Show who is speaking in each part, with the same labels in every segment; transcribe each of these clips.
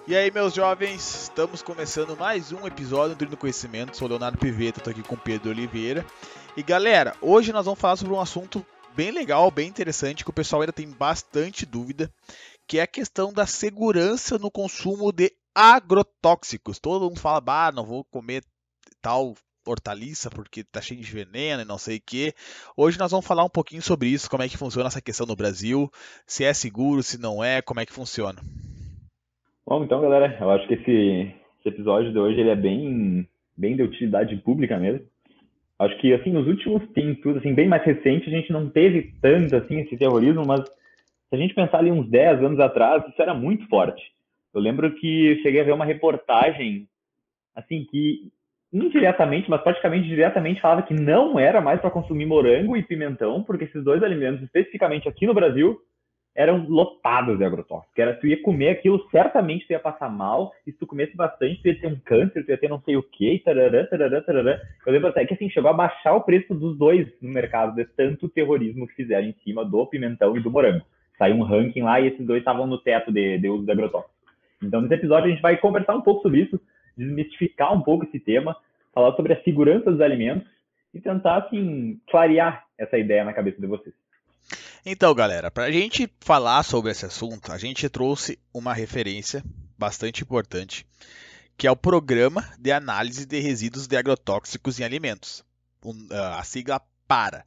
Speaker 1: E aí, meus jovens, estamos começando mais um episódio do Trilho do Conhecimento. Sou o Leonardo Pivetta, estou aqui com o Pedro Oliveira. E galera, hoje nós vamos falar sobre um assunto bem legal, bem interessante, que o pessoal ainda tem bastante dúvida, que é a questão da segurança no consumo de agrotóxicos. Todo mundo fala, não vou comer tal hortaliça porque tá cheio de veneno e não sei o que. Hoje nós vamos falar um pouquinho sobre isso, como é que funciona essa questão no Brasil, se é seguro, se não é, como é que funciona.
Speaker 2: Bom, então, galera, eu acho que esse episódio de hoje ele é bem de utilidade pública mesmo. Acho que, assim, nos últimos tempos, assim, bem mais recente, a gente não teve tanto, assim, esse terrorismo, mas se a gente pensar ali uns 10 anos atrás, isso era muito forte. Eu lembro que cheguei a ver uma reportagem, assim, que indiretamente, mas praticamente diretamente falava que não era mais para consumir morango e pimentão, porque esses dois alimentos, especificamente aqui no Brasil, eram lotados de agrotóxicos. Era, tu ia comer aquilo, certamente tu ia passar mal, e se tu comesse bastante, tu ia ter um câncer, tu ia ter não sei o que, tarará, tarará, tarará. Eu lembro até que assim, chegou a baixar o preço dos dois no mercado, de tanto terrorismo que fizeram em cima do pimentão e do morango. Saiu um ranking lá e esses dois estavam no teto de uso de agrotóxicos. Então, nesse episódio, a gente vai conversar um pouco sobre isso, desmistificar um pouco esse tema, falar sobre a segurança dos alimentos e tentar, assim, clarear essa ideia na cabeça de vocês.
Speaker 1: Então, galera, para a gente falar sobre esse assunto, a gente trouxe uma referência bastante importante, que é o Programa de Análise de Resíduos de Agrotóxicos em Alimentos, a sigla PARA.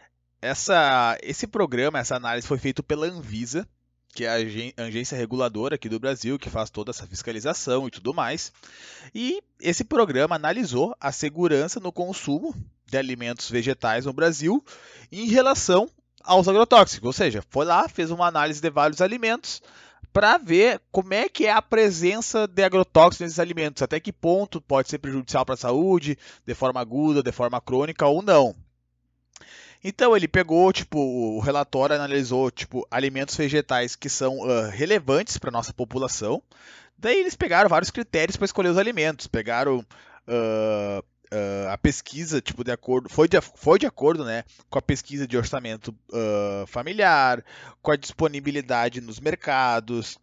Speaker 1: Esse programa, essa análise foi feita pela Anvisa, que é a agência reguladora aqui do Brasil, que faz toda essa fiscalização e tudo mais. E esse programa analisou a segurança no consumo de alimentos vegetais no Brasil em relação aos agrotóxicos, ou seja, foi lá, fez uma análise de vários alimentos para ver como é que é a presença de agrotóxicos nesses alimentos, até que ponto pode ser prejudicial para a saúde, de forma aguda, de forma crônica ou não. Então ele pegou, tipo, o relatório analisou, tipo, alimentos vegetais que são relevantes para nossa população. Daí eles pegaram vários critérios para escolher os alimentos. Pegaram a pesquisa, tipo, de acordo, foi de acordo, né, com a pesquisa de orçamento familiar, com a disponibilidade nos mercados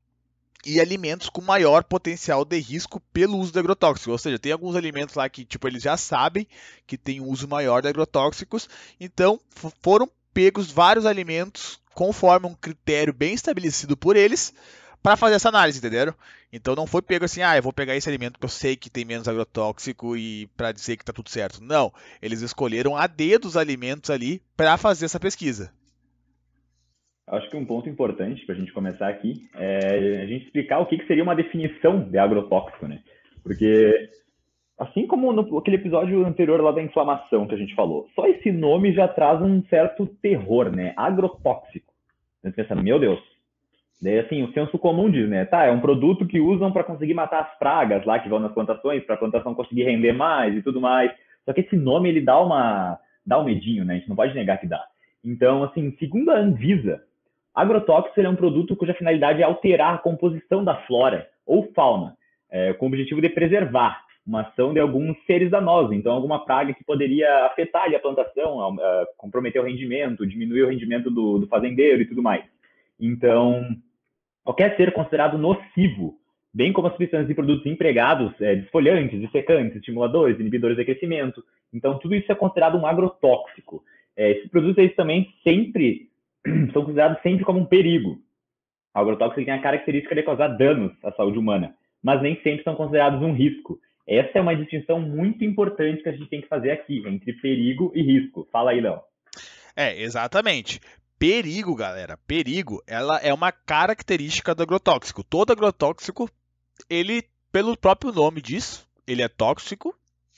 Speaker 1: e alimentos com maior potencial de risco pelo uso de agrotóxicos. Ou seja, tem alguns alimentos lá que, tipo, eles já sabem que tem um uso maior de agrotóxicos, então foram pegos vários alimentos conforme um critério bem estabelecido por eles para fazer essa análise, entenderam? Então não foi pego assim, eu vou pegar esse alimento que eu sei que tem menos agrotóxico e para dizer que tá tudo certo. Não, eles escolheram a dedo os alimentos ali para fazer essa pesquisa.
Speaker 2: Acho que um ponto importante para a gente começar aqui é a gente explicar o que seria uma definição de agrotóxico, né? Porque, assim como aquele episódio anterior lá da inflamação que a gente falou, só esse nome já traz um certo terror, né? Agrotóxico. Você pensa, meu Deus. Daí, assim, o senso comum diz, né? Tá, é um produto que usam para conseguir matar as pragas lá que vão nas plantações, para a plantação conseguir render mais e tudo mais. Só que esse nome, ele dá um medinho, né? A gente não pode negar que dá. Então, assim, segundo a Anvisa, agrotóxico é um produto cuja finalidade é alterar a composição da flora ou fauna, com o objetivo de preservar uma ação de alguns seres danosos. Então, alguma praga que poderia afetar ali, a plantação, comprometer o rendimento, diminuir o rendimento do fazendeiro e tudo mais. Então, qualquer ser considerado nocivo, bem como as substâncias e produtos empregados, desfolhantes, dissecantes, estimuladores, inibidores de crescimento. Então, tudo isso é considerado um agrotóxico. Esses produtos eles também sempre são considerados sempre como um perigo. O agrotóxico tem a característica de causar danos à saúde humana, mas nem sempre são considerados um risco. Essa é uma distinção muito importante que a gente tem que fazer aqui, entre perigo e risco. Fala aí, Léo.
Speaker 1: Exatamente. Perigo, galera. Perigo, ela é uma característica do agrotóxico. Todo agrotóxico, ele, pelo próprio nome diz, ele é tóxico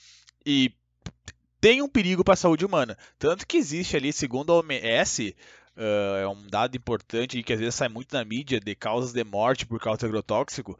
Speaker 1: e tem um perigo para a saúde humana. Tanto que existe ali, segundo a OMS, é um dado importante e que às vezes sai muito na mídia de causas de morte por causa de agrotóxico.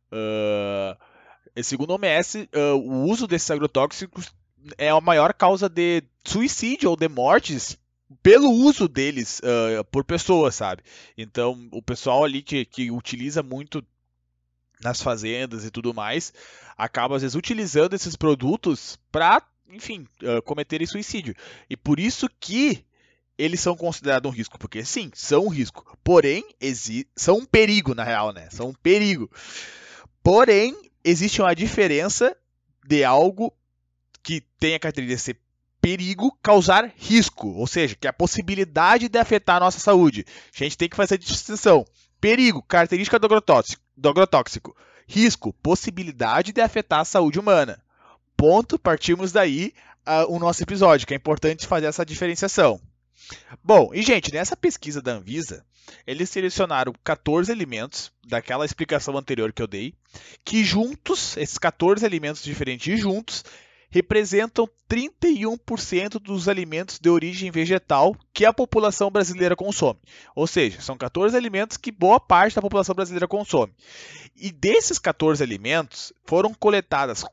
Speaker 1: Uh, Segundo a OMS, o uso desses agrotóxicos é a maior causa de suicídio ou de mortes pelo uso deles por pessoas, sabe? Então, o pessoal ali que utiliza muito nas fazendas e tudo mais, acaba às vezes utilizando esses produtos para, enfim, cometerem suicídio. E por isso que eles são considerados um risco, porque sim, são um risco. Porém, são um perigo, na real, né? São um perigo. Porém, existe uma diferença de algo que tem a característica de ser perigo causar risco, ou seja, que é a possibilidade de afetar a nossa saúde. A gente tem que fazer a distinção. Perigo, característica do agrotóxico. Risco, possibilidade de afetar a saúde humana. Ponto, partimos daí o nosso episódio, que é importante fazer essa diferenciação. Bom, e gente, nessa pesquisa da Anvisa, eles selecionaram 14 alimentos, daquela explicação anterior que eu dei, que juntos, esses 14 alimentos diferentes juntos, representam 31% dos alimentos de origem vegetal que a população brasileira consome. Ou seja, são 14 alimentos que boa parte da população brasileira consome. E desses 14 alimentos, foram coletadas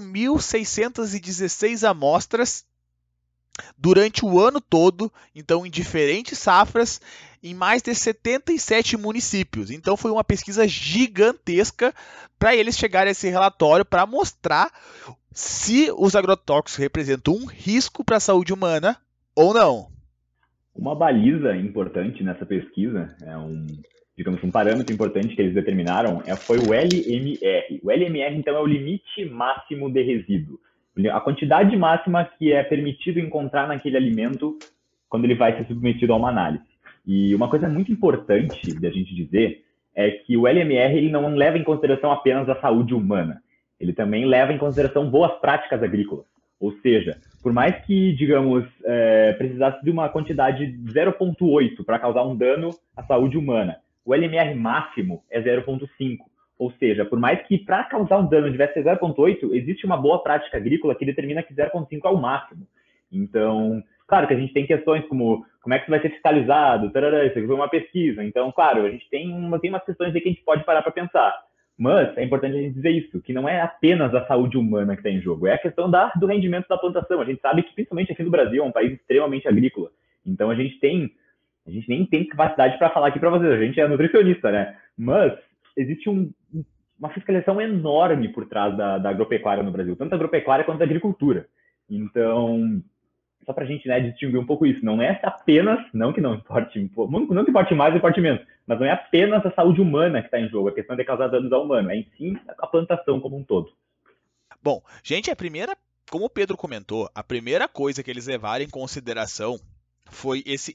Speaker 1: 4.616 amostras durante o ano todo, então em diferentes safras, em mais de 77 municípios. Então foi uma pesquisa gigantesca para eles chegarem a esse relatório para mostrar se os agrotóxicos representam um risco para a saúde humana ou não.
Speaker 2: Uma baliza importante nessa pesquisa, digamos, um parâmetro importante que eles determinaram foi o LMR. O LMR, então, é o limite máximo de resíduo. A quantidade máxima que é permitido encontrar naquele alimento quando ele vai ser submetido a uma análise. E uma coisa muito importante de a gente dizer é que o LMR ele não leva em consideração apenas a saúde humana. Ele também leva em consideração boas práticas agrícolas. Ou seja, por mais que, digamos, precisasse de uma quantidade de 0,8 para causar um dano à saúde humana, o LMR máximo é 0,5. Ou seja, por mais que para causar um dano tivesse 0,8, existe uma boa prática agrícola que determina que 0,5 é o máximo. Então, claro que a gente tem questões como é que isso vai ser fiscalizado, tarará, isso aqui foi uma pesquisa. Então, claro, a gente tem umas questões aí que a gente pode parar para pensar. Mas é importante a gente dizer isso, que não é apenas a saúde humana que está em jogo, é a questão do rendimento da plantação. A gente sabe que, principalmente aqui no Brasil, é um país extremamente agrícola. Então, a gente nem tem capacidade para falar aqui para vocês, a gente é nutricionista, né? Mas existe uma fiscalização enorme por trás da agropecuária no Brasil, tanto a agropecuária quanto a agricultura. Então, só para a gente, né, distinguir um pouco isso, não é apenas, não que importe mais ou importe menos, mas não é apenas a saúde humana que está em jogo, a questão de causar danos ao humano, é em si a plantação como um todo.
Speaker 1: Bom, gente, como o Pedro comentou, a primeira coisa que eles levaram em consideração foi esse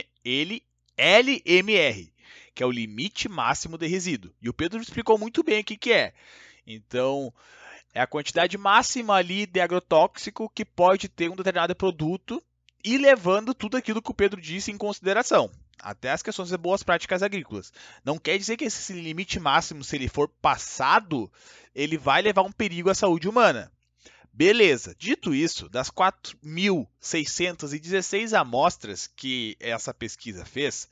Speaker 1: LMR, que é o limite máximo de resíduo. E o Pedro explicou muito bem o que é. Então, é a quantidade máxima ali de agrotóxico que pode ter um determinado produto e levando tudo aquilo que o Pedro disse em consideração. Até as questões de boas práticas agrícolas. Não quer dizer que esse limite máximo, se ele for passado, ele vai levar um perigo à saúde humana. Beleza, dito isso, das 4.616 amostras que essa pesquisa fez,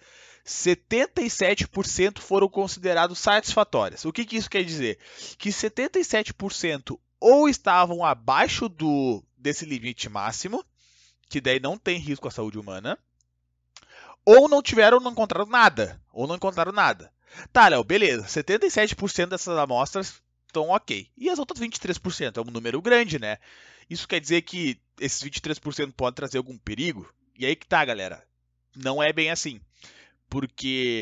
Speaker 1: 77% foram considerados satisfatórias. O que isso quer dizer? Que 77% ou estavam abaixo desse limite máximo, que daí não tem risco à saúde humana, ou não encontraram nada. Tá, Léo, beleza, 77% dessas amostras estão ok. E as outras 23%? É um número grande, né? Isso quer dizer que esses 23% podem trazer algum perigo? E aí que tá, galera. Não é bem assim. Porque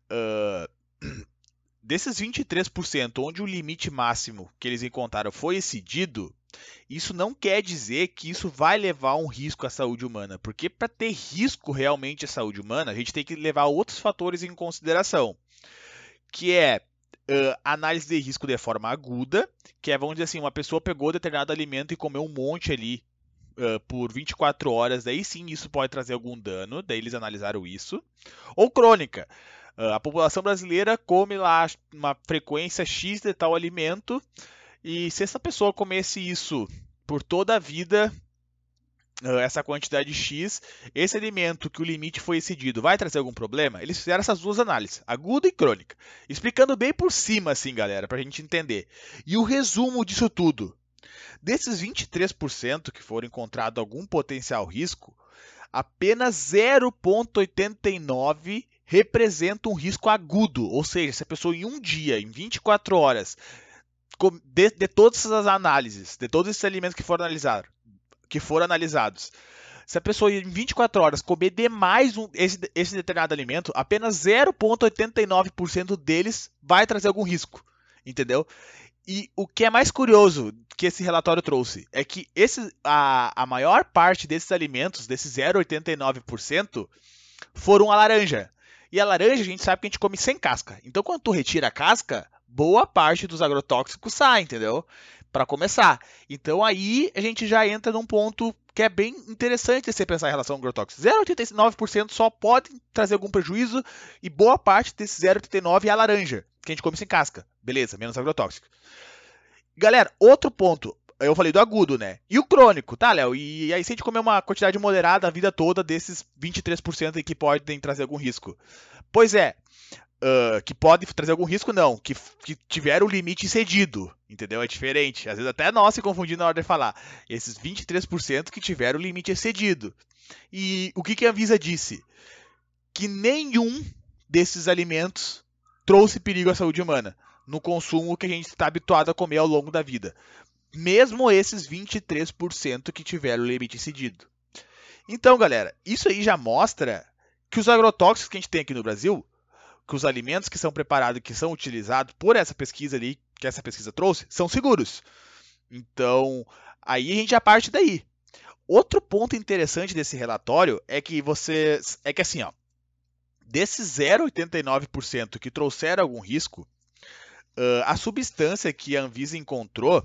Speaker 1: desses 23%, onde o limite máximo que eles encontraram foi excedido, isso não quer dizer que isso vai levar a um risco à saúde humana. Porque para ter risco realmente à saúde humana, a gente tem que levar outros fatores em consideração. Que é análise de risco de forma aguda, que é, vamos dizer assim, uma pessoa pegou determinado alimento e comeu um monte ali por 24 horas, daí sim isso pode trazer algum dano, daí eles analisaram isso. Ou crônica, a população brasileira come lá uma frequência X de tal alimento, e se essa pessoa comesse isso por toda a vida, essa quantidade X, esse alimento que o limite foi excedido vai trazer algum problema? Eles fizeram essas duas análises, aguda e crônica, explicando bem por cima assim, galera, pra gente entender. E o resumo disso tudo, desses 23% que foram encontrado algum potencial risco, apenas 0,89 representa um risco agudo, ou seja, se a pessoa em um dia, em 24 horas, de todas as análises, de todos esses alimentos que foram analisados, se a pessoa em 24 horas comer demais esse determinado alimento, apenas 0,89% deles vai trazer algum risco, entendeu? E o que é mais curioso que esse relatório trouxe é que a maior parte desses alimentos, desses 0,89%, foram a laranja. E a laranja a gente sabe que a gente come sem casca. Então quando tu retira a casca, boa parte dos agrotóxicos sai, entendeu? Para começar. Então aí a gente já entra num ponto que é bem interessante você pensar em relação ao agrotóxico. 0,89% só pode trazer algum prejuízo e boa parte desse 0,89% é a laranja, que a gente come sem casca. Beleza, menos agrotóxico. Galera, outro ponto. Eu falei do agudo, né? E o crônico, tá, Léo? E aí, se a gente comer uma quantidade moderada a vida toda desses 23% aí que podem trazer algum risco? Pois é, que pode trazer algum risco, não. Que tiveram o limite cedido, entendeu? É diferente. Às vezes até nós se confundimos na hora de falar. Esses 23% que tiveram o limite excedido. E o que a Anvisa disse? Que nenhum desses alimentos trouxe perigo à saúde humana no consumo que a gente está habituado a comer ao longo da vida. Mesmo esses 23% que tiveram o limite cedido. Então, galera, isso aí já mostra que os agrotóxicos que a gente tem aqui no Brasil, que os alimentos que são preparados, que são utilizados por essa pesquisa ali, que essa pesquisa trouxe, são seguros. Então, aí a gente já parte daí. Outro ponto interessante desse relatório é que assim, ó, desses 0,89% que trouxeram algum risco, a substância que a Anvisa encontrou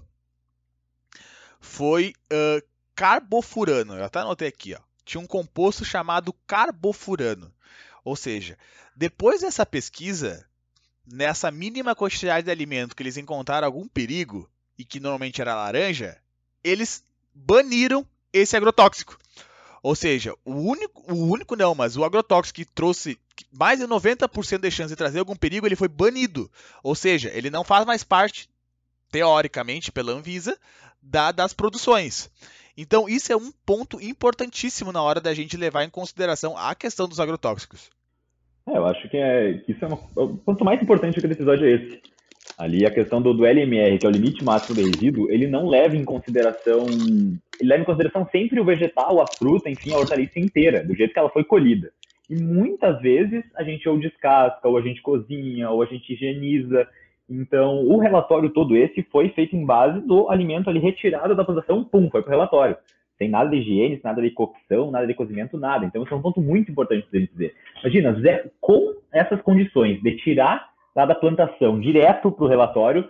Speaker 1: foi carbofurano. Eu até anotei aqui, ó. Tinha um composto chamado carbofurano. Ou seja, depois dessa pesquisa, nessa mínima quantidade de alimento que eles encontraram algum perigo, e que normalmente era laranja, eles baniram esse agrotóxico. Ou seja, o agrotóxico que trouxe mais de 90% de chance de trazer algum perigo, ele foi banido. Ou seja, ele não faz mais parte, teoricamente, pela Anvisa, das produções. Então, isso é um ponto importantíssimo na hora da gente levar em consideração a questão dos agrotóxicos.
Speaker 2: Eu acho que isso é o ponto mais importante aqui do episódio é esse. Ali a questão do LMR, que é o limite máximo de resíduo, ele não leva em consideração, ele leva em consideração sempre o vegetal, a fruta, enfim, a hortaliça inteira, do jeito que ela foi colhida. E muitas vezes a gente ou descasca, ou a gente cozinha, ou a gente higieniza. Então, o relatório todo esse foi feito em base do alimento ali retirado da plantação, pum, foi pro relatório. Sem nada de higiene, nada de cocção, nada de cozimento, nada. Então, isso é um ponto muito importante de dizer. Imagina, com essas condições de tirar lá da plantação direto para o relatório,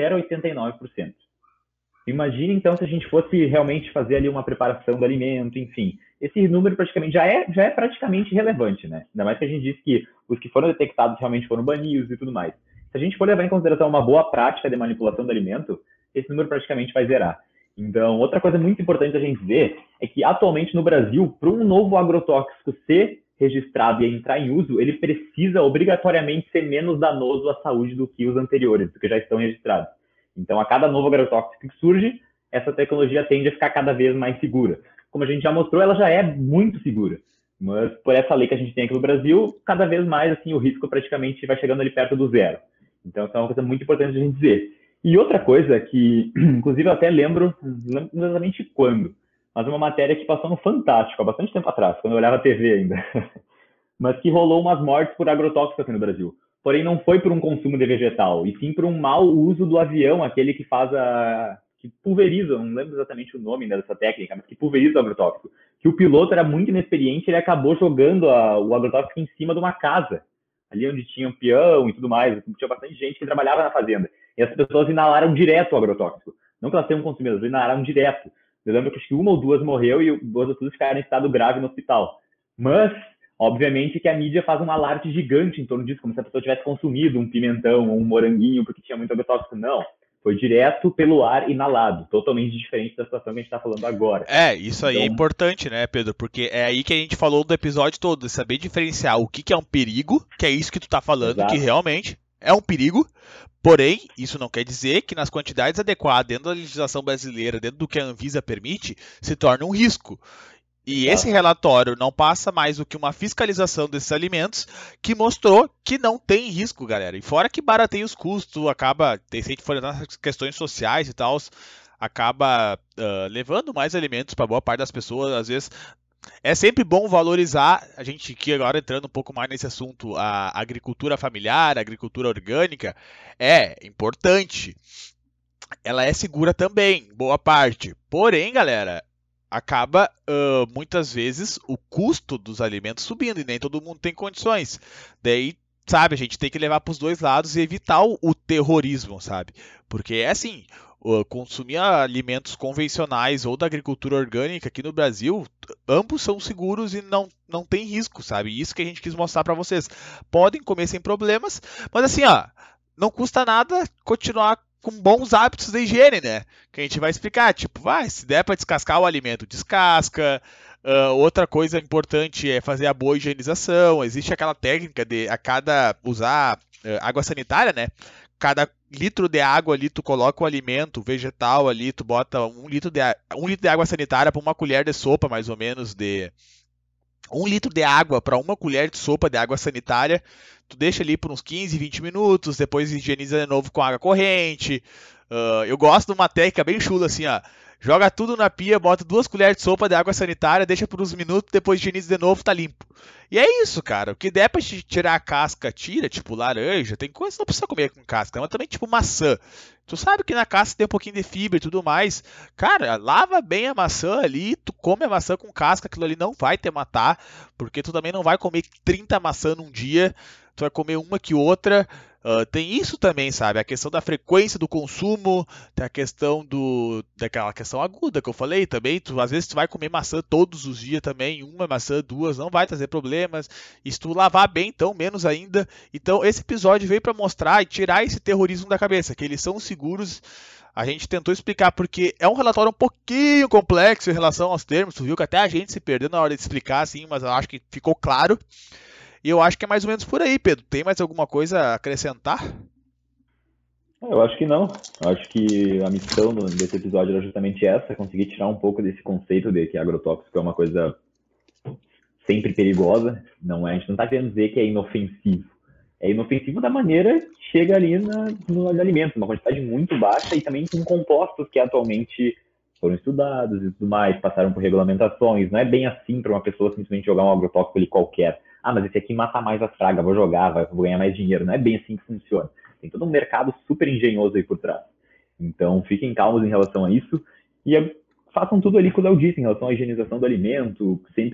Speaker 2: 0,89%. Imagine, então, se a gente fosse realmente fazer ali uma preparação do alimento, enfim. Esse número praticamente já é praticamente relevante, né? Ainda mais que a gente disse que os que foram detectados realmente foram banidos e tudo mais. Se a gente for levar em consideração uma boa prática de manipulação do alimento, esse número praticamente vai zerar. Então, outra coisa muito importante a gente ver é que atualmente no Brasil, para um novo agrotóxico ser registrado e entrar em uso, ele precisa obrigatoriamente ser menos danoso à saúde do que os anteriores, do que já estão registrados. Então, a cada novo agrotóxico que surge, essa tecnologia tende a ficar cada vez mais segura. Como a gente já mostrou, ela já é muito segura. Mas por essa lei que a gente tem aqui no Brasil, cada vez mais assim, o risco praticamente vai chegando ali perto do zero. Então, isso é uma coisa muito importante a gente dizer. E outra coisa que, inclusive, eu até lembro, não exatamente quando, mas uma matéria que passou no Fantástico, há bastante tempo atrás, quando eu olhava a TV ainda, mas que rolou umas mortes por agrotóxicos aqui no Brasil. Porém, não foi por um consumo de vegetal, e sim por um mau uso do avião, aquele que faz que pulveriza, não lembro exatamente o nome dessa técnica, mas que pulveriza o agrotóxico. Que o piloto era muito inexperiente, ele acabou jogando o agrotóxico em cima de uma casa, ali onde tinha um peão e tudo mais, tinha bastante gente que trabalhava na fazenda. E as pessoas inalaram direto o agrotóxico. Não que elas tenham consumido, elas inalaram direto. Eu lembro que acho que uma ou duas morreu e duas ou três ficaram em estado grave no hospital. Mas, obviamente, que a mídia faz um alarde gigante em torno disso, como se a pessoa tivesse consumido um pimentão ou um moranguinho porque tinha muito agrotóxico. Não. Foi direto pelo ar inalado, totalmente diferente da situação que a gente está falando agora.
Speaker 1: Isso aí é importante, né, Pedro? Porque é aí que a gente falou do episódio todo, de saber diferenciar o que é um perigo, que é isso que tu tá falando, exato, que realmente é um perigo, porém, isso não quer dizer que nas quantidades adequadas, dentro da legislação brasileira, dentro do que a Anvisa permite, se torna um risco. E esse relatório não passa mais do que uma fiscalização desses alimentos que mostrou que não tem risco, galera. E fora que barateia os custos, acaba, se a gente for nas questões sociais e tal, acaba levando mais alimentos para boa parte das pessoas. Às vezes é sempre bom valorizar, a gente aqui agora entrando um pouco mais nesse assunto, a agricultura familiar, a agricultura orgânica, é importante. ela é segura também, boa parte. Porém, galera, acaba muitas vezes o custo dos alimentos subindo e nem todo mundo tem condições. Daí, sabe, a gente tem que levar para os dois lados e evitar o terrorismo, sabe? Porque é assim, consumir alimentos convencionais ou da agricultura orgânica aqui no Brasil, ambos são seguros e não tem risco, sabe? Isso que a gente quis mostrar para vocês. Podem comer sem problemas, mas assim, ó, não custa nada continuar com bons hábitos de higiene, né? Que a gente vai explicar, tipo, se der para descascar o alimento, descasca. Outra coisa importante é fazer a boa higienização. Existe aquela técnica de a cada usar água sanitária, né? Cada litro de água ali, tu coloca o alimento vegetal ali, tu bota um litro de água sanitária para uma colher de sopa, mais ou menos, de 1 litro de água para uma colher de sopa de água sanitária. Tu deixa ali por uns 15, 20 minutos, depois higieniza de novo com água corrente. Eu gosto de uma técnica bem chula assim, ó. Joga tudo na pia, bota 2 colheres de sopa de água sanitária, deixa por uns minutos, depois higieniza de novo, tá limpo. E é isso, cara. O que der pra tirar a casca, tira, tipo laranja, tem coisa que não precisa comer com casca, mas também tipo maçã. Tu sabe que na casca tem um pouquinho de fibra e tudo mais. Cara, lava bem a maçã ali, tu come a maçã com casca, aquilo ali não vai te matar, porque tu também não vai comer 30 maçãs num dia, tu vai comer uma que outra. Tem isso também, sabe? A questão da frequência do consumo, tem a questão daquela questão aguda que eu falei também. Às vezes tu vai comer maçã todos os dias também, uma maçã, duas, não vai trazer problemas. E se tu lavar bem, então menos ainda. Então esse episódio veio para mostrar e tirar esse terrorismo da cabeça, que eles são seguros. A gente tentou explicar porque é um relatório um pouquinho complexo em relação aos termos. Tu viu que até a gente se perdeu na hora de explicar, assim, mas eu acho que ficou claro. E eu acho que é mais ou menos por aí, Pedro. Tem mais alguma coisa a acrescentar?
Speaker 2: Eu acho que não. Eu acho que a missão desse episódio era justamente essa, conseguir tirar um pouco desse conceito de que agrotóxico é uma coisa sempre perigosa. Não é, a gente não está querendo dizer que é inofensivo. É inofensivo da maneira que chega ali no alimento, uma quantidade muito baixa e também com compostos que atualmente foram estudados e tudo mais, passaram por regulamentações. Não é bem assim para uma pessoa simplesmente jogar um agrotóxico ali qualquer. Ah, mas esse aqui mata mais as pragas, vou jogar, vou ganhar mais dinheiro. Não é bem assim que funciona. Tem todo um mercado super engenhoso aí por trás. Então, fiquem calmos em relação a isso e façam tudo ali que o Léo disse em relação à higienização do alimento,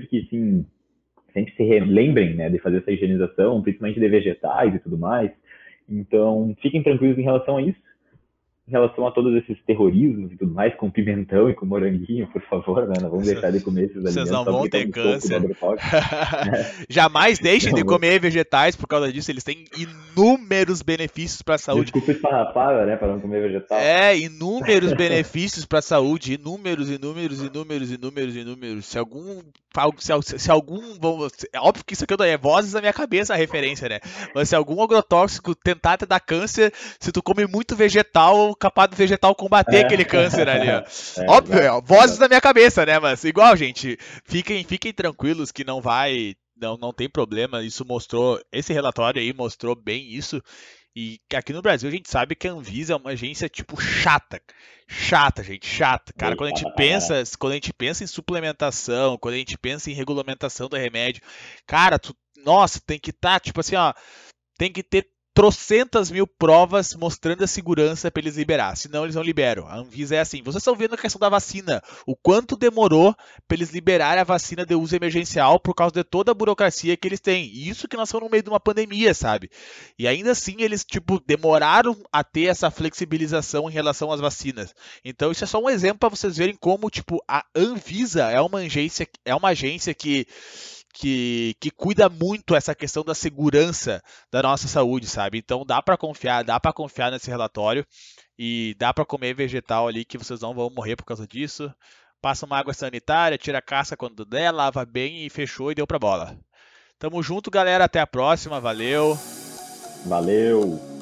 Speaker 2: sempre se relembrem, né, de fazer essa higienização, principalmente de vegetais e tudo mais. Então, fiquem tranquilos em relação a isso. Em relação a todos esses terrorismos e tudo mais, com pimentão e com moranguinho, por favor, né? Não vamos deixar de comer esses
Speaker 1: Vocês
Speaker 2: alimentos
Speaker 1: não
Speaker 2: só
Speaker 1: vão
Speaker 2: porque
Speaker 1: ter
Speaker 2: estão no topo do
Speaker 1: câncer.
Speaker 2: agrotóxico.
Speaker 1: Jamais deixem de
Speaker 2: Não,
Speaker 1: comer vegetais por causa disso. Eles têm inúmeros benefícios para a saúde.
Speaker 2: desculpa esfarrapada, né, para não comer vegetal.
Speaker 1: Inúmeros benefícios para a saúde, inúmeros, inúmeros, inúmeros, inúmeros, inúmeros. Se algum, é óbvio que isso aqui é vozes da minha cabeça a referência, né? Mas se algum agrotóxico tentar te dar câncer, se tu come muito vegetal, capaz do vegetal combater aquele câncer ali, ó. Óbvio,
Speaker 2: Exato,
Speaker 1: vozes
Speaker 2: exato.
Speaker 1: da minha cabeça, né? Mas igual, gente, fiquem tranquilos que não tem problema. Esse relatório aí mostrou bem isso. E aqui no Brasil a gente sabe que a Anvisa é uma agência tipo chata. Chata, gente, chata. Cara,
Speaker 2: Bem chata pra caralho.
Speaker 1: quando a gente pensa em suplementação, quando a gente pensa em regulamentação do remédio, cara, nossa, tem que estar, tipo assim, ó, tem que ter trocentas mil provas mostrando a segurança para eles liberar, senão eles não liberam. A Anvisa é assim. Vocês estão vendo a questão da vacina, o quanto demorou para eles liberarem a vacina de uso emergencial por causa de toda a burocracia que eles têm. E isso que nós estamos no meio de uma pandemia, sabe? E ainda assim eles tipo demoraram a ter essa flexibilização em relação às vacinas. Então isso é só um exemplo para vocês verem como tipo a Anvisa é uma agência que cuida muito essa questão da segurança da nossa saúde, sabe? Então dá para confiar nesse relatório e dá para comer vegetal ali que vocês não vão morrer por causa disso. Passa uma água sanitária, tira a casca quando der, lava bem e fechou e deu pra bola. Tamo junto, galera, até a próxima, valeu.
Speaker 2: Valeu!